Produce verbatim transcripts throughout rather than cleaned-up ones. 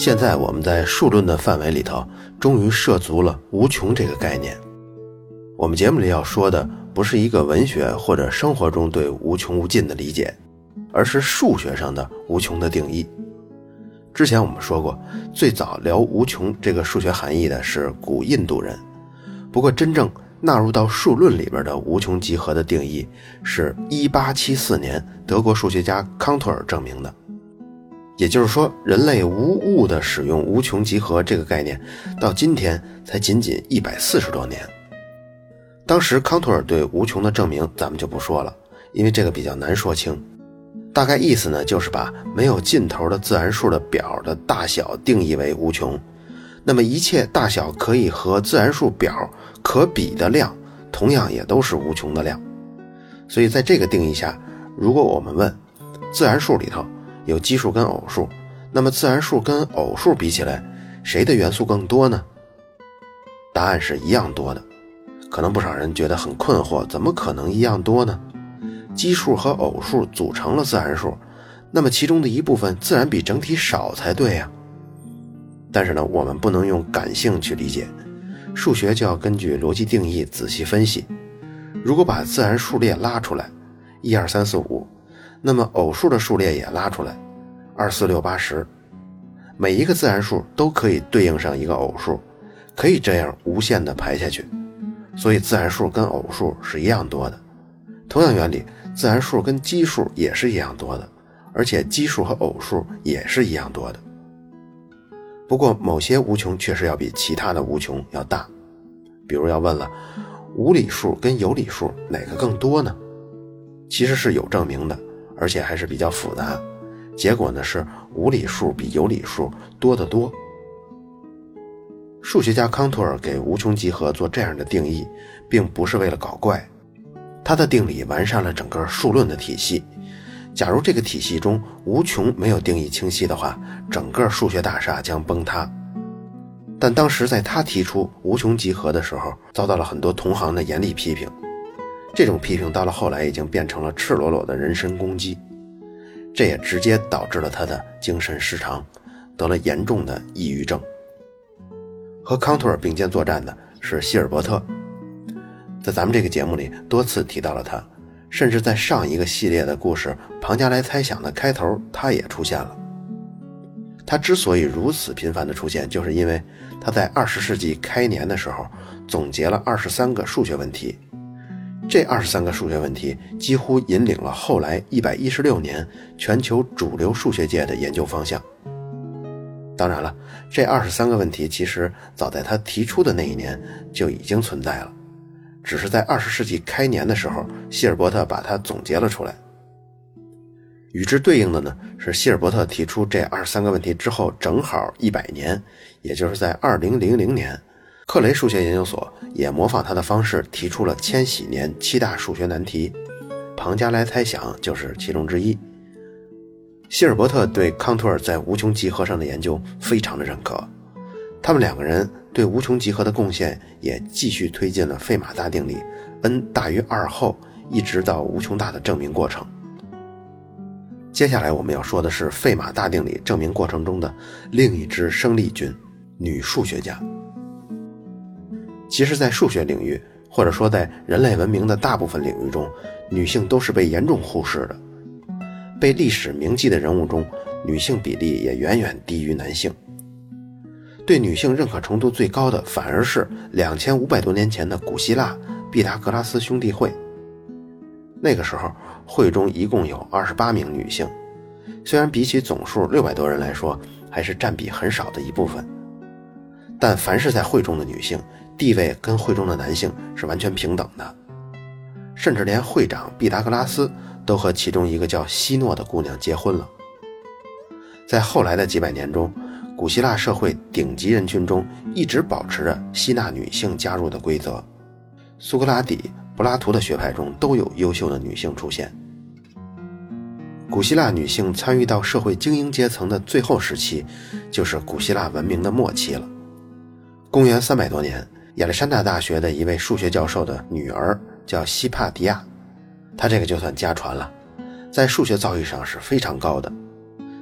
现在我们在数论的范围里头，终于涉足了无穷这个概念。我们节目里要说的不是一个文学或者生活中对无穷无尽的理解，而是数学上的无穷的定义。之前我们说过，最早聊无穷这个数学含义的是古印度人，不过真正纳入到数论里边的无穷集合的定义是一八七四年德国数学家康托尔证明的。也就是说，人类无误地使用无穷集合这个概念，到今天才仅仅一百四十多年。当时康托尔对无穷的证明咱们就不说了，因为这个比较难说清。大概意思呢，就是把没有尽头的自然数的表的大小定义为无穷，那么一切大小可以和自然数表可比的量，同样也都是无穷的量。所以在这个定义下，如果我们问自然数里头有奇数跟偶数，那么自然数跟偶数比起来，谁的元素更多呢？答案是一样多的。可能不少人觉得很困惑，怎么可能一样多呢？奇数和偶数组成了自然数，那么其中的一部分自然比整体少才对呀。但是呢，我们不能用感性去理解，数学就要根据逻辑定义仔细分析。如果把自然数列拉出来一二三四五，那么偶数的数列也拉出来二四六八十，每一个自然数都可以对应上一个偶数，可以这样无限地排下去。所以自然数跟偶数是一样多的。同样原理，自然数跟奇数也是一样多的，而且奇数和偶数也是一样多的。不过某些无穷确实要比其他的无穷要大。比如要问了，无理数跟有理数哪个更多呢？其实是有证明的，而且还是比较复杂。结果呢是无理数比有理数多得多。数学家康托尔给无穷集合做这样的定义，并不是为了搞怪，他的定理完善了整个数论的体系。假如这个体系中无穷没有定义清晰的话，整个数学大厦将崩塌。但当时在他提出无穷集合的时候，遭到了很多同行的严厉批评。这种批评到了后来已经变成了赤裸裸的人身攻击，这也直接导致了他的精神失常，得了严重的抑郁症。和康托尔并肩作战的是希尔伯特，在咱们这个节目里多次提到了他，甚至在上一个系列的故事庞加莱猜想的开头他也出现了。他之所以如此频繁的出现，就是因为他在二十世纪开年的时候总结了二十三个数学问题，这二十三个数学问题几乎引领了后来一百一十六年全球主流数学界的研究方向。当然了，这二十三个问题其实早在他提出的那一年就已经存在了，只是在二十世纪开年的时候，希尔伯特把它总结了出来。与之对应的呢，是希尔伯特提出这二十三个问题之后正好一百年，也就是在二零零零年，克雷数学研究所也模仿他的方式提出了千禧年七大数学难题，庞加莱猜想就是其中之一。希尔伯特对康托尔在无穷集合上的研究非常的认可，他们两个人对无穷集合的贡献也继续推进了费马大定理 n 大于二后一直到无穷大的证明过程。接下来我们要说的是费马大定理证明过程中的另一支生力军，女数学家。其实在数学领域，或者说在人类文明的大部分领域中，女性都是被严重忽视的。被历史铭记的人物中，女性比例也远远低于男性。对女性认可程度最高的反而是两千五百多年前的古希腊毕达哥拉斯兄弟会。那个时候会中一共有二十八名女性，虽然比起总数六百多人来说还是占比很少的一部分，但凡是在会中的女性地位跟会中的男性是完全平等的，甚至连会长毕达哥拉斯都和其中一个叫希诺的姑娘结婚了。在后来的几百年中，古希腊社会顶级人群中一直保持着吸纳女性加入的规则，苏格拉底、柏拉图的学派中都有优秀的女性出现。古希腊女性参与到社会精英阶层的最后时期，就是古希腊文明的末期了。公元三百多年，亚历山大大学的一位数学教授的女儿叫希帕迪亚，她这个就算家传了，在数学造诣上是非常高的。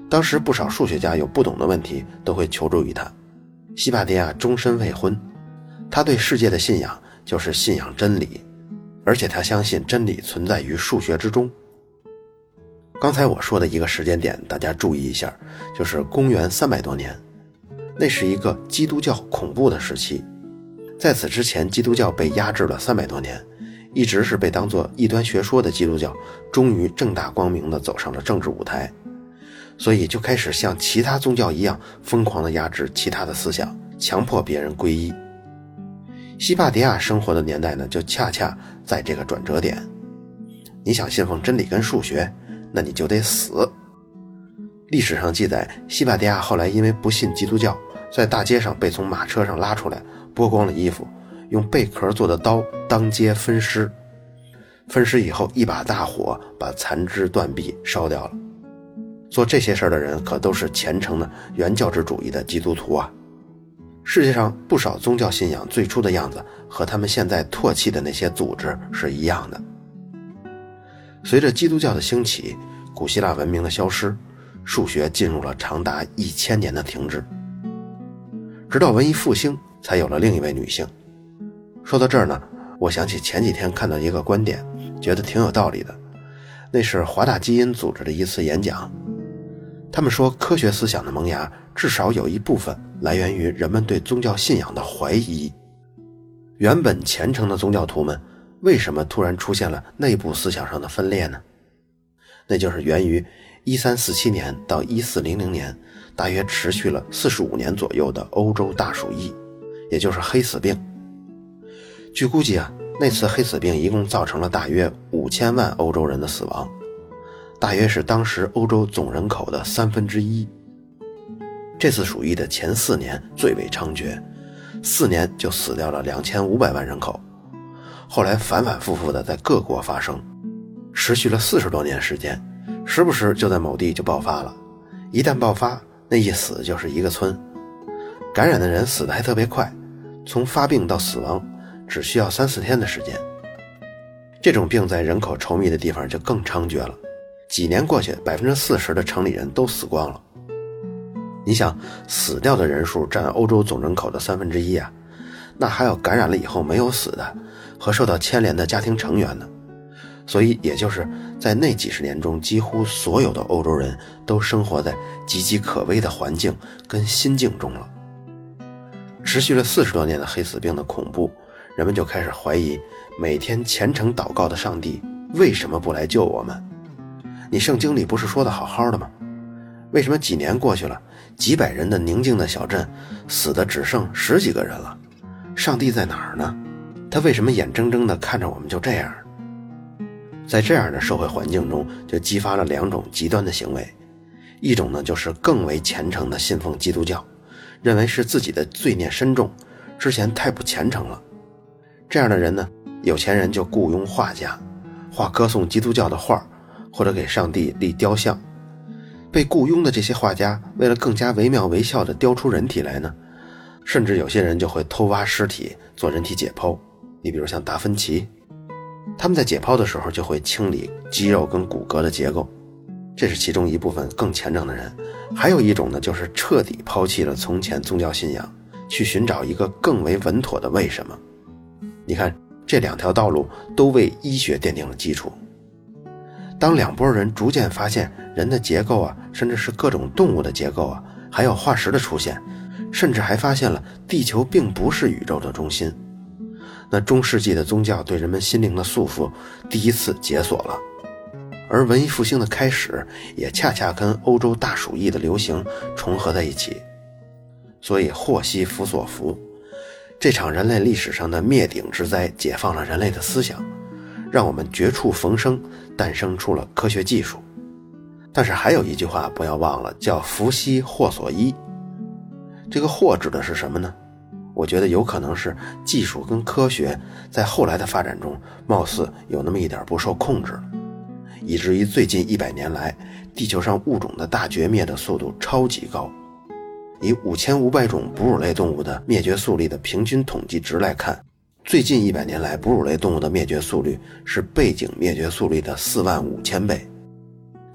当时不少数学家有不懂的问题都会求助于他。西巴迪亚终身未婚，他对世界的信仰就是信仰真理，而且他相信真理存在于数学之中。刚才我说的一个时间点大家注意一下，就是公元三百多年，那是一个基督教恐怖的时期。在此之前，基督教被压制了三百多年，一直是被当作异端学说的基督教终于正大光明地走上了政治舞台，所以就开始像其他宗教一样疯狂地压制其他的思想，强迫别人皈依。西巴迪亚生活的年代呢，就恰恰在这个转折点。你想信奉真理跟数学，那你就得死。历史上记载，西巴迪亚后来因为不信基督教，在大街上被从马车上拉出来，剥光了衣服，用贝壳做的刀当街分尸。分尸以后，一把大火把残肢断臂烧掉了。做这些事儿的人可都是虔诚的原教旨主义的基督徒啊。世界上不少宗教信仰最初的样子和他们现在唾弃的那些组织是一样的。随着基督教的兴起，古希腊文明的消失，数学进入了长达一千年的停滞。直到文艺复兴才有了另一位女性。说到这儿呢，我想起前几天看到一个观点，觉得挺有道理的。那是华大基因组织的一次演讲，他们说科学思想的萌芽至少有一部分来源于人们对宗教信仰的怀疑。原本虔诚的宗教徒们为什么突然出现了内部思想上的分裂呢？那就是源于一三四七年到一四零零年，大约持续了四十五年左右的欧洲大鼠疫，也就是黑死病。据估计啊，那次黑死病一共造成了大约五千万欧洲人的死亡，大约是当时欧洲总人口的三分之一。这次鼠疫的前四年最为猖獗，四年就死掉了两千五百万人口。后来反反复复的在各国发生，持续了四十多年时间，时不时就在某地就爆发了。一旦爆发，那一死就是一个村。感染的人死得还特别快，从发病到死亡只需要三四天的时间。这种病在人口稠密的地方就更猖獗了，几年过去， 百分之四十 的城里人都死光了。你想，死掉的人数占欧洲总人口的三分之一啊，那还有感染了以后没有死的和受到牵连的家庭成员呢。所以也就是在那几十年中，几乎所有的欧洲人都生活在岌岌可危的环境跟心境中了。持续了四十多年的黑死病的恐怖，人们就开始怀疑每天虔诚祷告的上帝为什么不来救我们？你圣经里不是说的好好的吗？为什么几年过去了，几百人的宁静的小镇死的只剩十几个人了？上帝在哪儿呢？他为什么眼睁睁地看着我们就这样？在这样的社会环境中，就激发了两种极端的行为。一种呢，就是更为虔诚地信奉基督教，认为是自己的罪孽深重，之前太不虔诚了。这样的人呢，有钱人就雇佣画家，画歌颂基督教的画，或者给上帝立雕像。被雇佣的这些画家为了更加惟妙惟肖地雕出人体来呢，甚至有些人就会偷挖尸体做人体解剖。你比如像达芬奇，他们在解剖的时候就会清理肌肉跟骨骼的结构，这是其中一部分更虔诚的人。还有一种呢，就是彻底抛弃了从前宗教信仰，去寻找一个更为稳妥的为什么。你看，这两条道路都为医学奠定了基础。当两拨人逐渐发现人的结构啊，甚至是各种动物的结构啊，还有化石的出现，甚至还发现了地球并不是宇宙的中心，那中世纪的宗教对人们心灵的束缚第一次解锁了。而文艺复兴的开始也恰恰跟欧洲大鼠疫的流行重合在一起。所以祸兮福所伏，这场人类历史上的灭顶之灾解放了人类的思想，让我们绝处逢生，诞生出了科学技术。但是还有一句话不要忘了，叫福兮祸所依。这个祸指的是什么呢？我觉得有可能是技术跟科学在后来的发展中貌似有那么一点不受控制了，以至于最近一百年来地球上物种的大绝灭的速度超级高。以五千五百种哺乳类动物的灭绝速率的平均统计值来看，最近一百年来哺乳类动物的灭绝速率是背景灭绝速率的四万五千倍。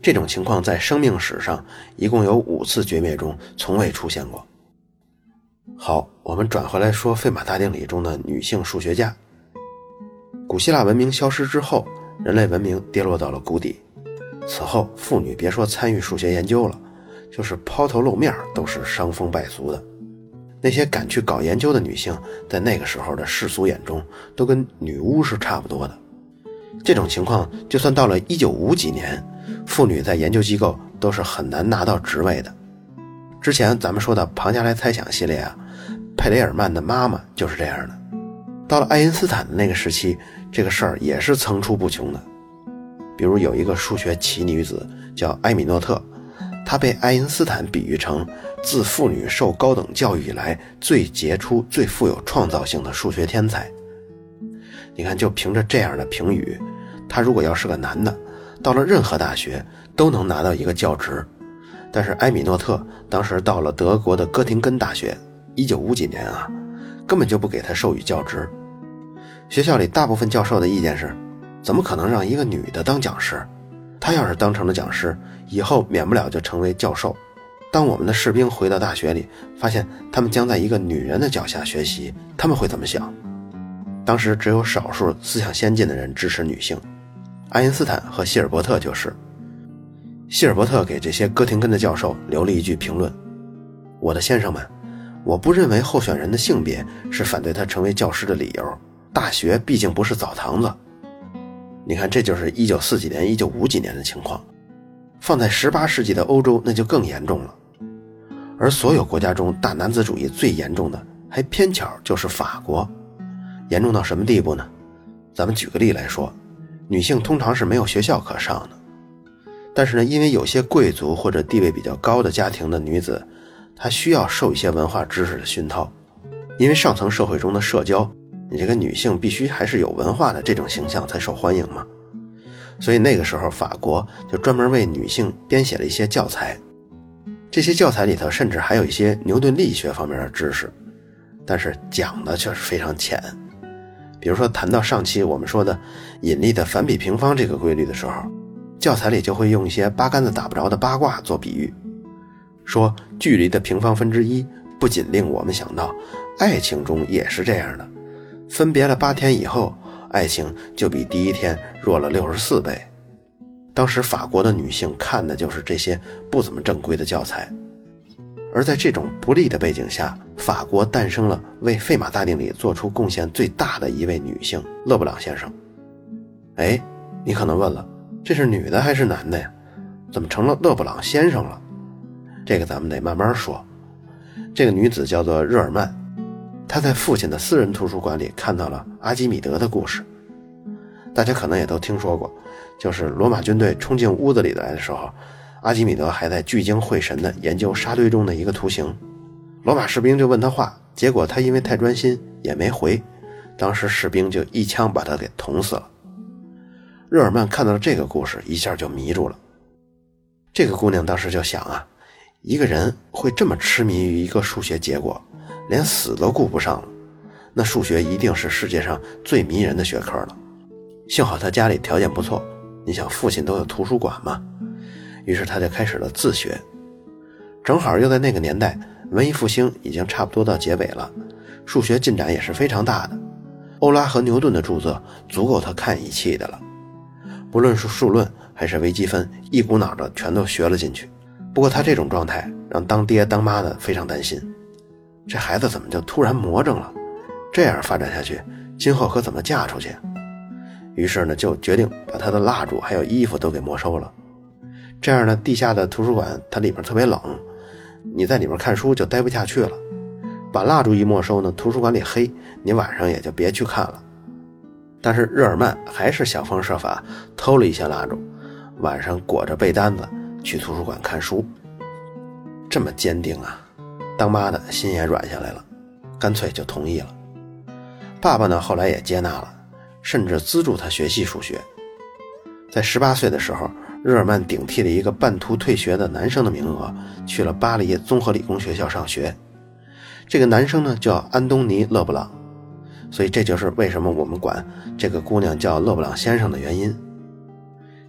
这种情况在生命史上一共有五次绝灭中从未出现过。好，我们转回来说费马大定理中的女性数学家。古希腊文明消失之后，人类文明跌落到了谷底。此后，妇女别说参与数学研究了，就是抛头露面都是伤风败俗的。那些敢去搞研究的女性，在那个时候的世俗眼中，都跟女巫是差不多的。这种情况，就算到了一九五几年，妇女在研究机构都是很难拿到职位的。之前咱们说的庞加莱猜想系列啊，佩雷尔曼的妈妈就是这样的。到了爱因斯坦的那个时期，这个事儿也是层出不穷的。比如有一个数学奇女子叫埃米诺特，她被爱因斯坦比喻成自妇女受高等教育以来最杰出、最富有创造性的数学天才。你看，就凭着这样的评语，他如果要是个男的，到了任何大学都能拿到一个教职。但是埃米诺特当时到了德国的哥廷根大学，一九五几年啊，根本就不给他授予教职。学校里大部分教授的意见是，怎么可能让一个女的当讲师？她要是当成了讲师，以后免不了就成为教授。当我们的士兵回到大学里，发现他们将在一个女人的脚下学习，他们会怎么想？当时只有少数思想先进的人支持女性，爱因斯坦和希尔伯特就是。希尔伯特给这些哥廷根的教授留了一句评论：我的先生们，我不认为候选人的性别是反对他成为教师的理由，大学毕竟不是澡堂子。你看，这就是一九四几年一九五几年的情况，放在十八世纪的欧洲那就更严重了。而所有国家中大男子主义最严重的，还偏巧就是法国。严重到什么地步呢？咱们举个例来说，女性通常是没有学校可上的，但是呢，因为有些贵族或者地位比较高的家庭的女子，她需要受一些文化知识的熏陶。因为上层社会中的社交，你这个女性必须还是有文化的这种形象才受欢迎嘛。所以那个时候法国就专门为女性编写了一些教材，这些教材里头甚至还有一些牛顿力学方面的知识，但是讲的却是非常浅。比如说谈到上期我们说的引力的反比平方这个规律的时候，教材里就会用一些八竿子打不着的八卦做比喻，说距离的平方分之一不仅令我们想到爱情中也是这样的，分别了八天以后，爱情就比第一天弱了六十四倍。当时法国的女性看的就是这些不怎么正规的教材。而在这种不利的背景下，法国诞生了为费马大定理做出贡献最大的一位女性，勒布朗先生。哎，你可能问了，这是女的还是男的呀？怎么成了勒布朗先生了？这个咱们得慢慢说。这个女子叫做热尔曼，她在父亲的私人图书馆里看到了阿基米德的故事。大家可能也都听说过，就是罗马军队冲进屋子里来的时候，阿基米德还在聚精会神地研究沙堆中的一个图形。罗马士兵就问他话，结果他因为太专心也没回，当时士兵就一枪把他给捅死了。热尔曼看到了这个故事，一下就迷住了。这个姑娘当时就想啊，一个人会这么痴迷于一个数学结果，连死都顾不上了，那数学一定是世界上最迷人的学科了。幸好他家里条件不错，你想父亲都有图书馆嘛，于是他就开始了自学。正好又在那个年代，文艺复兴已经差不多到结尾了，数学进展也是非常大的。欧拉和牛顿的著作足够他看一气的了，不论是数论还是微积分，一股脑的全都学了进去。不过他这种状态让当爹当妈的非常担心，这孩子怎么就突然魔怔了？这样发展下去，今后可怎么嫁出去？于是呢，就决定把他的蜡烛还有衣服都给没收了。这样呢，地下的图书馆它里面特别冷，你在里面看书就待不下去了。把蜡烛一没收呢，图书馆里黑，你晚上也就别去看了。但是日耳曼还是想方设法偷了一些蜡烛，晚上裹着被单子去图书馆看书。这么坚定啊，当妈的心也软下来了，干脆就同意了。爸爸呢，后来也接纳了，甚至资助他学习数学。在十八岁的时候，日耳曼顶替了一个半途退学的男生的名额，去了巴黎综合理工学校上学。这个男生呢叫安东尼·勒布朗，所以这就是为什么我们管这个姑娘叫勒布朗先生的原因。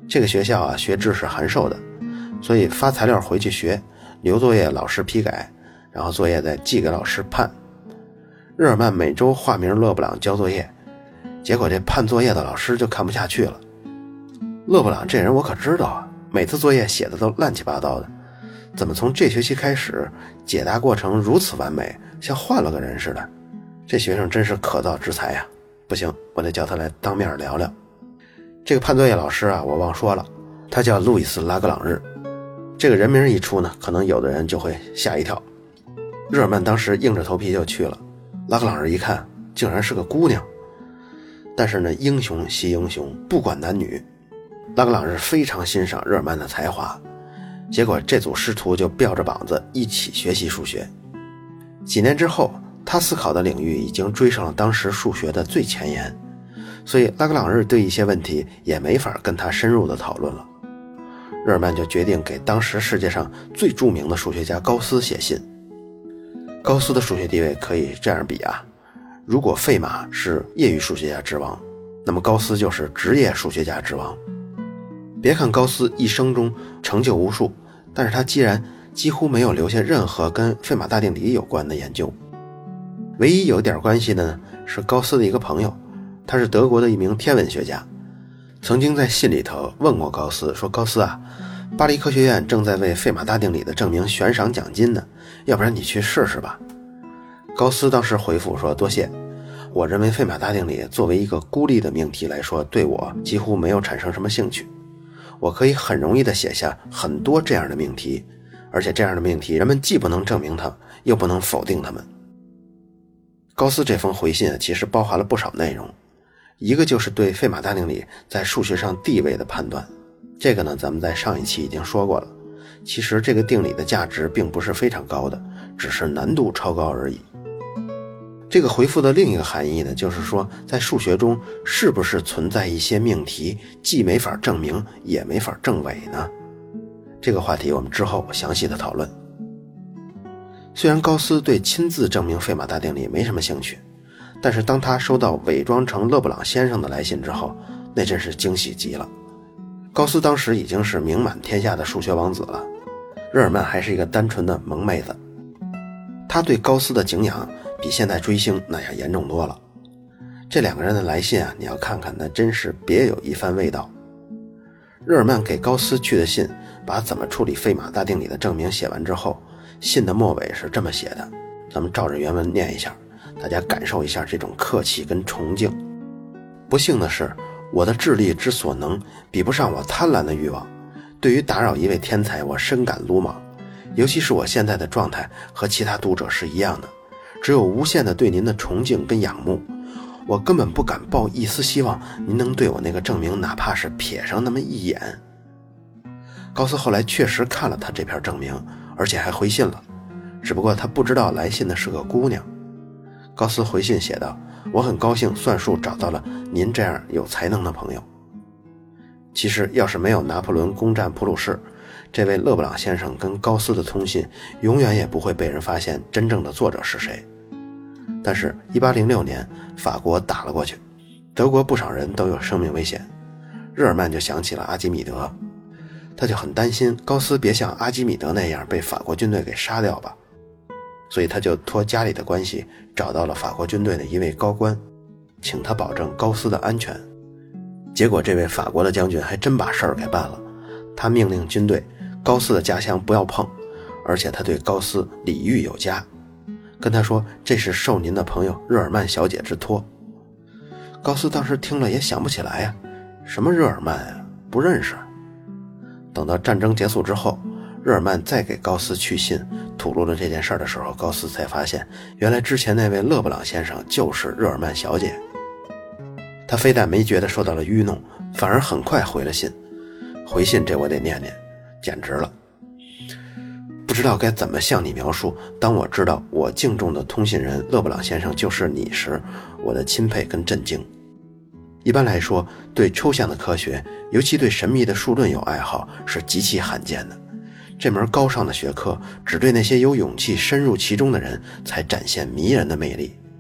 这个学校啊，学制是函授的，所以发材料回去学，留作业老师批改，然后作业再寄给老师判。日耳曼每周化名勒布朗交作业，结果这判作业的老师就看不下去了。勒布朗这人我可知道啊，每次作业写的都乱七八糟的，怎么从这学期开始解答过程如此完美，像换了个人似的。这学生真是可造之才呀！不行，我得叫他来当面聊聊。这个判作业老师啊，我忘说了，他叫路易斯·拉格朗日。这个人名一出呢，可能有的人就会吓一跳。日耳曼当时硬着头皮就去了，拉格朗日一看，竟然是个姑娘。但是呢，英雄惜英雄，不管男女。拉格朗日非常欣赏日耳曼的才华，结果这组师徒就吊着膀子一起学习数学。几年之后，他思考的领域已经追上了当时数学的最前沿，所以拉格朗日对一些问题也没法跟他深入的讨论了。日耳曼就决定给当时世界上最著名的数学家高斯写信。高斯的数学地位可以这样比啊，如果费马是业余数学家之王，那么高斯就是职业数学家之王。别看高斯一生中成就无数，但是他既然几乎没有留下任何跟费马大定理有关的研究。唯一有点关系的呢，是高斯的一个朋友，他是德国的一名天文学家，曾经在信里头问过高斯，说高斯啊，巴黎科学院正在为费马大定理的证明悬赏奖金呢，要不然你去试试吧。高斯当时回复说，多谢，我认为费马大定理作为一个孤立的命题来说，对我几乎没有产生什么兴趣，我可以很容易地写下很多这样的命题，而且这样的命题人们既不能证明它，又不能否定它们。高斯这封回信其实包含了不少内容，一个就是对费马大定理在数学上地位的判断，这个呢咱们在上一期已经说过了，其实这个定理的价值并不是非常高的，只是难度超高而已。这个回复的另一个含义呢，就是说在数学中是不是存在一些命题既没法证明也没法证伪呢？这个话题我们之后详细的讨论。虽然高斯对亲自证明费马大定理没什么兴趣，但是当他收到伪装成勒布朗先生的来信之后，那真是惊喜极了。高斯当时已经是名满天下的数学王子了，日耳曼还是一个单纯的萌妹子。他对高斯的敬仰比现在追星那样严重多了。这两个人的来信啊，你要看看，那真是别有一番味道。日耳曼给高斯去的信，把怎么处理费马大定理的证明写完之后，信的末尾是这么写的，咱们照着原文念一下，大家感受一下这种客气跟崇敬。不幸的是，我的智力之所能比不上我贪婪的欲望，对于打扰一位天才我深感鲁莽，尤其是我现在的状态和其他读者是一样的，只有无限的对您的崇敬跟仰慕，我根本不敢抱一丝希望您能对我那个证明哪怕是瞥上那么一眼。高斯后来确实看了他这篇证明，而且还回信了，只不过他不知道来信的是个姑娘。高斯回信写道，我很高兴算术找到了您这样有才能的朋友。其实要是没有拿破仑攻占普鲁士，这位勒布朗先生跟高斯的通信永远也不会被人发现真正的作者是谁。但是一八零六年法国打了过去，德国不少人都有生命危险，日耳曼就想起了阿基米德，他就很担心高斯别像阿基米德那样被法国军队给杀掉吧，所以他就托家里的关系找到了法国军队的一位高官，请他保证高斯的安全。结果这位法国的将军还真把事儿给办了，他命令军队高斯的家乡不要碰，而且他对高斯礼遇有加，跟他说这是受您的朋友日耳曼小姐之托。高斯当时听了也想不起来呀、啊，什么日耳曼啊，不认识。等到战争结束之后，日耳曼再给高斯去信吐露了这件事的时候，高斯才发现原来之前那位勒布朗先生就是日耳曼小姐。他非但没觉得受到了愚弄，反而很快回了信。回信这我得念念，简直了。不知道该怎么向你描述，当我知道我敬重的通信人勒布朗先生就是你时，我的钦佩跟震惊。一般来说，对抽象的科学，尤其对神秘的数论有爱好，是极其罕见的。这门高尚的学科，只对那些有勇气深入其中的人才展现迷人的魅力。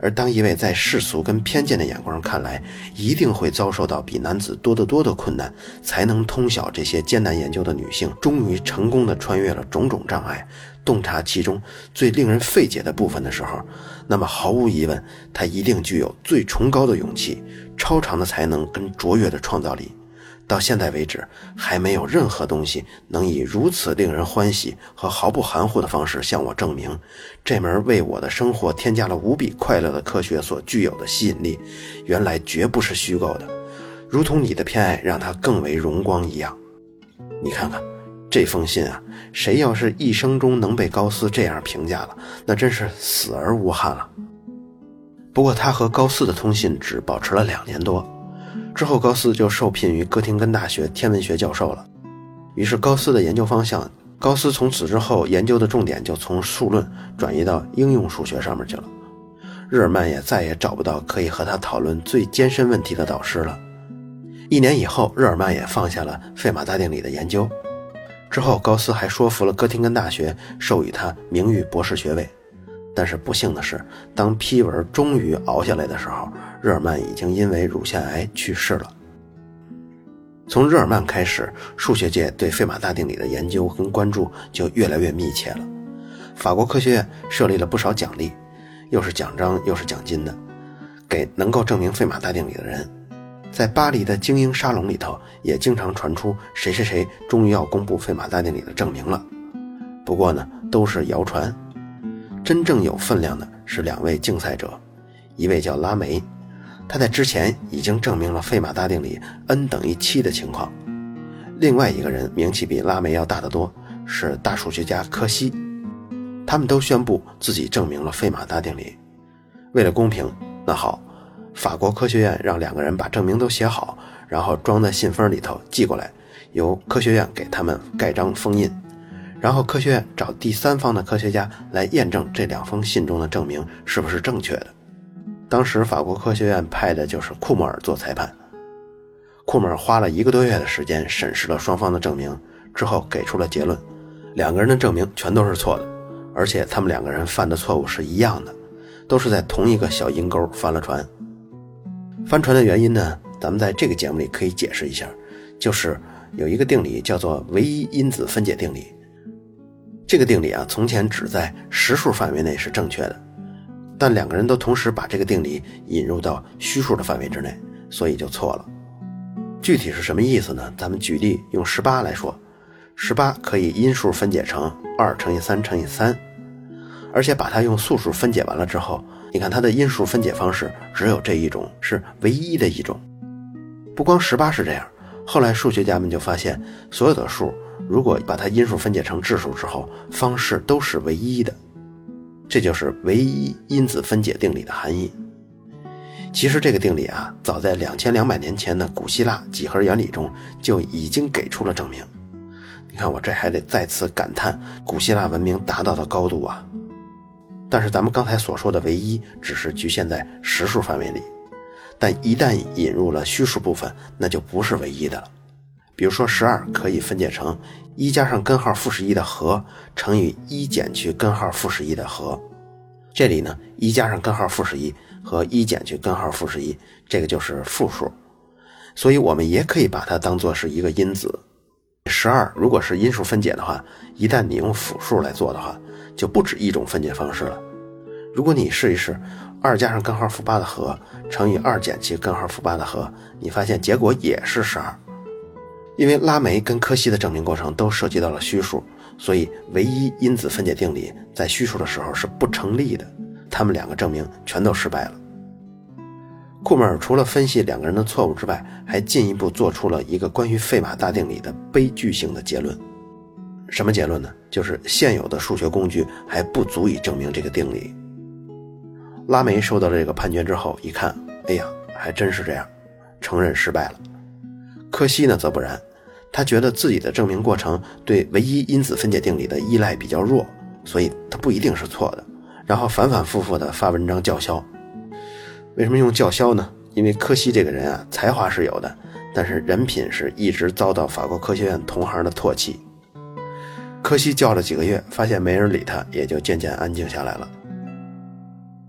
而当一位在世俗跟偏见的眼光看来一定会遭受到比男子多得多的困难，才能通晓这些艰难研究的女性，终于成功地穿越了种种障碍，洞察其中最令人费解的部分的时候，那么毫无疑问，她一定具有最崇高的勇气、超长的才能跟卓越的创造力。到现在为止，还没有任何东西能以如此令人欢喜和毫不含糊的方式向我证明，这门为我的生活添加了无比快乐的科学所具有的吸引力，原来绝不是虚构的，如同你的偏爱让它更为荣光一样。你看看这封信啊，谁要是一生中能被高斯这样评价了，那真是死而无憾了。不过他和高斯的通信只保持了两年多，之后高斯就受聘于哥廷根大学天文学教授了。于是高斯的研究方向，高斯从此之后研究的重点就从数论转移到应用数学上面去了。日耳曼也再也找不到可以和他讨论最艰深问题的导师了。一年以后，日耳曼也放下了费马大定理的研究。之后高斯还说服了哥廷根大学授予他名誉博士学位。但是不幸的是，当批文终于熬下来的时候，日耳曼已经因为乳腺癌去世了。从日耳曼开始，数学界对费马大定理的研究跟关注就越来越密切了。法国科学院设立了不少奖励，又是奖章又是奖金的，给能够证明费马大定理的人。在巴黎的精英沙龙里头，也经常传出谁谁谁终于要公布费马大定理的证明了。不过呢，都是谣传。真正有分量的是两位竞赛者，一位叫拉梅，他在之前已经证明了费马大定理 n 等于七的情况。另外一个人名气比拉梅要大得多，是大数学家柯西。他们都宣布自己证明了费马大定理。为了公平，那好，法国科学院让两个人把证明都写好，然后装在信封里头寄过来，由科学院给他们盖章封印。然后科学院找第三方的科学家来验证这两封信中的证明是不是正确的。当时法国科学院派的就是库莫尔做裁判。库莫尔花了一个多月的时间审视了双方的证明，之后给出了结论，两个人的证明全都是错的，而且他们两个人犯的错误是一样的，都是在同一个小阴沟翻了船。翻船的原因呢，咱们在这个节目里可以解释一下，就是有一个定理叫做唯一因子分解定理。这个定理啊，从前只在实数范围内是正确的，但两个人都同时把这个定理引入到虚数的范围之内，所以就错了。具体是什么意思呢？咱们举例用十八来说，十八可以因数分解成二乘以三乘以三，而且把它用素数分解完了之后，你看它的因数分解方式只有这一种，是唯一的一种。不光十八是这样，后来数学家们就发现，所有的数如果把它因数分解成质数之后，方式都是唯一的，这就是唯一因子分解定理的含义。其实这个定理啊，早在两千两百年前的古希腊几何原理中就已经给出了证明。你看我这还得再次感叹古希腊文明达到的高度啊！但是咱们刚才所说的唯一只是局限在实数范围里，但一旦引入了虚数部分，那就不是唯一的了。比如说十二可以分解成一加上根号负十一的和乘以一减去根号负十一的和。这里呢，一加上根号负十一和一减去根号负十一，这个就是负数，所以我们也可以把它当作是一个因子。十二如果是因数分解的话，一旦你用复数来做的话，就不止一种分解方式了。如果你试一试二加上根号负八的和乘以二减去根号负八的和，你发现结果也是十二。因为拉梅跟柯西的证明过程都涉及到了虚数，所以唯一因子分解定理在虚数的时候是不成立的，他们两个证明全都失败了。库莫尔除了分析两个人的错误之外，还进一步做出了一个关于费马大定理的悲剧性的结论。什么结论呢？就是现有的数学工具还不足以证明这个定理。拉梅收到这个判决之后一看，哎呀，还真是这样，承认失败了。柯西呢则不然，他觉得自己的证明过程对唯一因子分解定理的依赖比较弱，所以他不一定是错的，然后反反复复的发文章叫嚣。为什么用叫嚣呢？因为柯西这个人啊，才华是有的，但是人品是一直遭到法国科学院同行的唾弃。柯西叫了几个月，发现没人理他，也就渐渐安静下来了。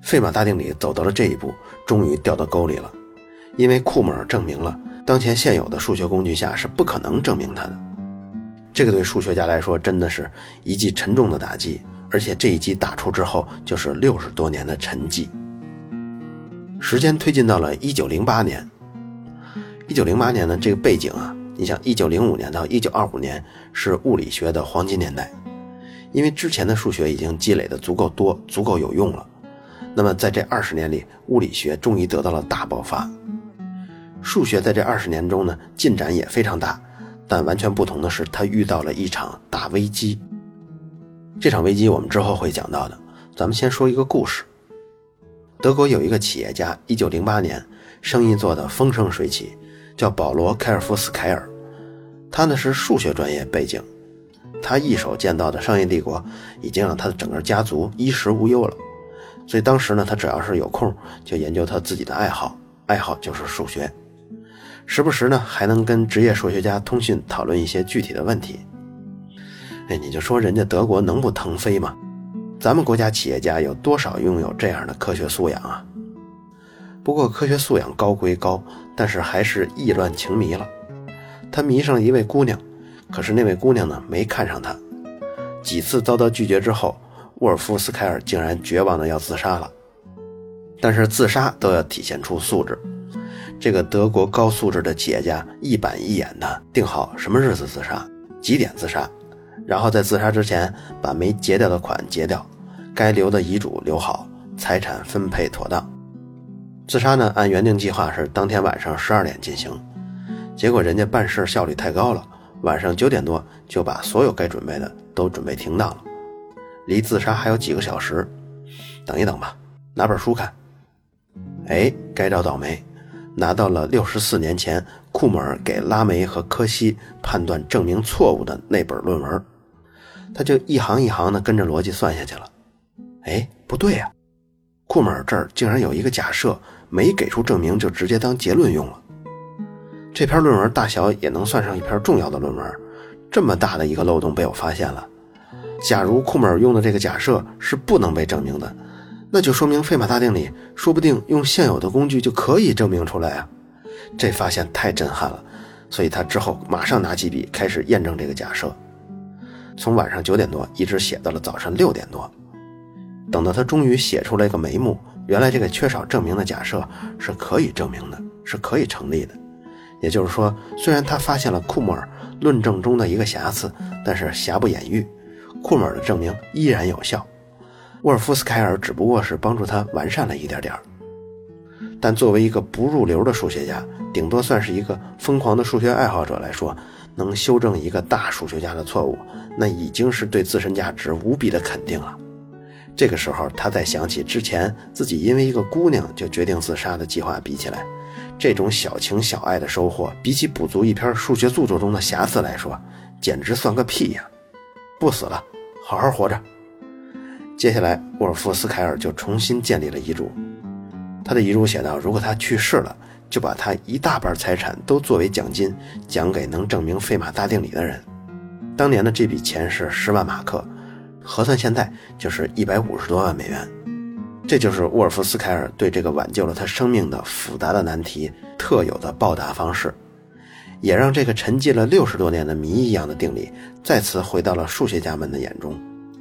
费马大定理走到了这一步，终于掉到沟里了，因为库莫尔证明了当前现有的数学工具下是不可能证明它的。这个对数学家来说真的是一记沉重的打击，而且这一击打出之后就是六十多年的沉寂。时间推进到了一九零八年，一九零八年的这个背景啊，你像一九零五年到一九二五年是物理学的黄金年代，因为之前的数学已经积累的足够多，足够有用了。那么在这二十年里，物理学终于得到了大爆发。数学在这二十年中呢，进展也非常大，但完全不同的是，它遇到了一场大危机。这场危机我们之后会讲到的，咱们先说一个故事。德国有一个企业家，一九零八年生意做得风生水起，叫保罗·凯尔夫斯凯尔。他呢是数学专业背景，他一手建造的商业帝国已经让他的整个家族衣食无忧了。所以当时呢，他只要是有空就研究他自己的爱好，爱好就是数学。时不时呢还能跟职业数学家通讯讨论一些具体的问题。哎，你就说人家德国能不腾飞吗？咱们国家企业家有多少拥有这样的科学素养啊？不过科学素养高归高，但是还是意乱情迷了。他迷上了一位姑娘，可是那位姑娘呢没看上他。几次遭到拒绝之后，沃尔夫斯凯尔竟然绝望的要自杀了。但是自杀都要体现出素质，这个德国高素质的企业家一板一眼的定好什么日子自杀，几点自杀，然后在自杀之前把没结掉的款结掉，该留的遗嘱留好，财产分配妥当。自杀呢按原定计划是当天晚上十二点进行，结果人家办事效率太高了，晚上九点多就把所有该准备的都准备停当了。离自杀还有几个小时，等一等吧，拿本书看。哎，该着倒霉，拿到了六十四年前库莫尔给拉梅和柯西判断证明错误的那本论文。他就一行一行的跟着逻辑算下去了。哎，不对呀、啊，库莫尔这儿竟然有一个假设，没给出证明就直接当结论用了。这篇论文大小也能算上一篇重要的论文，这么大的一个漏洞被我发现了。假如库莫尔用的这个假设是不能被证明的，那就说明费马大定理说不定用现有的工具就可以证明出来啊！这发现太震撼了，所以他之后马上拿起笔开始验证这个假设，从晚上九点多一直写到了早上六点多。等到他终于写出来个眉目，原来这个缺少证明的假设是可以证明的，是可以成立的。也就是说，虽然他发现了库莫尔论证中的一个瑕疵，但是瑕不掩瑜，库莫尔的证明依然有效。沃尔夫斯凯尔只不过是帮助他完善了一点点，但作为一个不入流的数学家，顶多算是一个疯狂的数学爱好者来说，能修正一个大数学家的错误，那已经是对自身价值无比的肯定了。这个时候他再想起之前自己因为一个姑娘就决定自杀的计划比起来，这种小情小爱的收获，比起补足一篇数学著作中的瑕疵来说，简直算个屁呀！不死了，好好活着。接下来沃尔夫斯凯尔就重新建立了遗嘱。他的遗嘱写道，如果他去世了，就把他一大半财产都作为奖金奖给能证明费马大定理的人。当年的这笔钱是十万马克，核算现在就是一百五十多万美元。这就是沃尔夫斯凯尔对这个挽救了他生命的复杂的难题特有的报答方式，也让这个沉寂了六十多年的谜一样的定理再次回到了数学家们的眼中。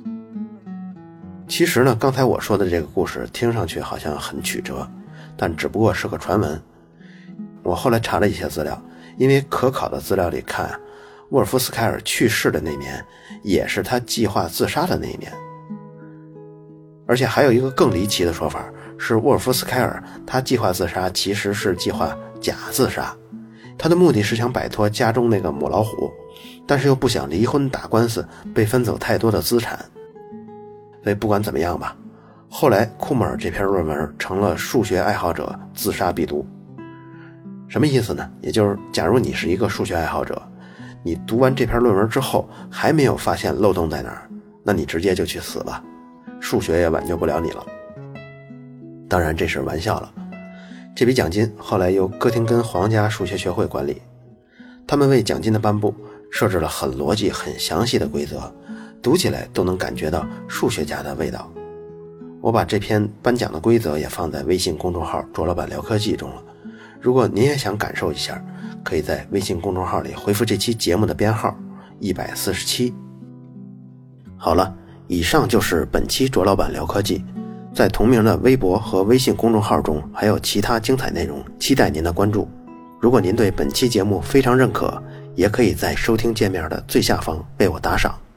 其实呢，刚才我说的这个故事听上去好像很曲折，但只不过是个传闻。我后来查了一些资料，因为可考的资料里看，沃尔夫斯凯尔去世的那年也是他计划自杀的那一年。而且还有一个更离奇的说法，是沃尔夫斯凯尔他计划自杀其实是计划假自杀，他的目的是想摆脱家中那个母老虎，但是又不想离婚打官司被分走太多的资产。所以不管怎么样吧，后来库莫尔这篇论文成了数学爱好者自杀必读。什么意思呢？也就是假如你是一个数学爱好者，你读完这篇论文之后还没有发现漏洞在哪儿，那你直接就去死吧，数学也挽救不了你了。当然这是玩笑了。这笔奖金后来由哥廷根皇家数学学会管理，他们为奖金的颁布设置了很逻辑很详细的规则，读起来都能感觉到数学家的味道。 我把这篇颁奖的规则也放在微信公众号卓老板聊科技中了，如果您也想感受一下，可以在微信公众号里回复这期节目的编号一百四十七。好了，以上就是本期卓老板聊科技，在同名的微博和微信公众号中还有其他精彩内容，期待您的关注。如果您对本期节目非常认可，也可以在收听界面的最下方为我打赏。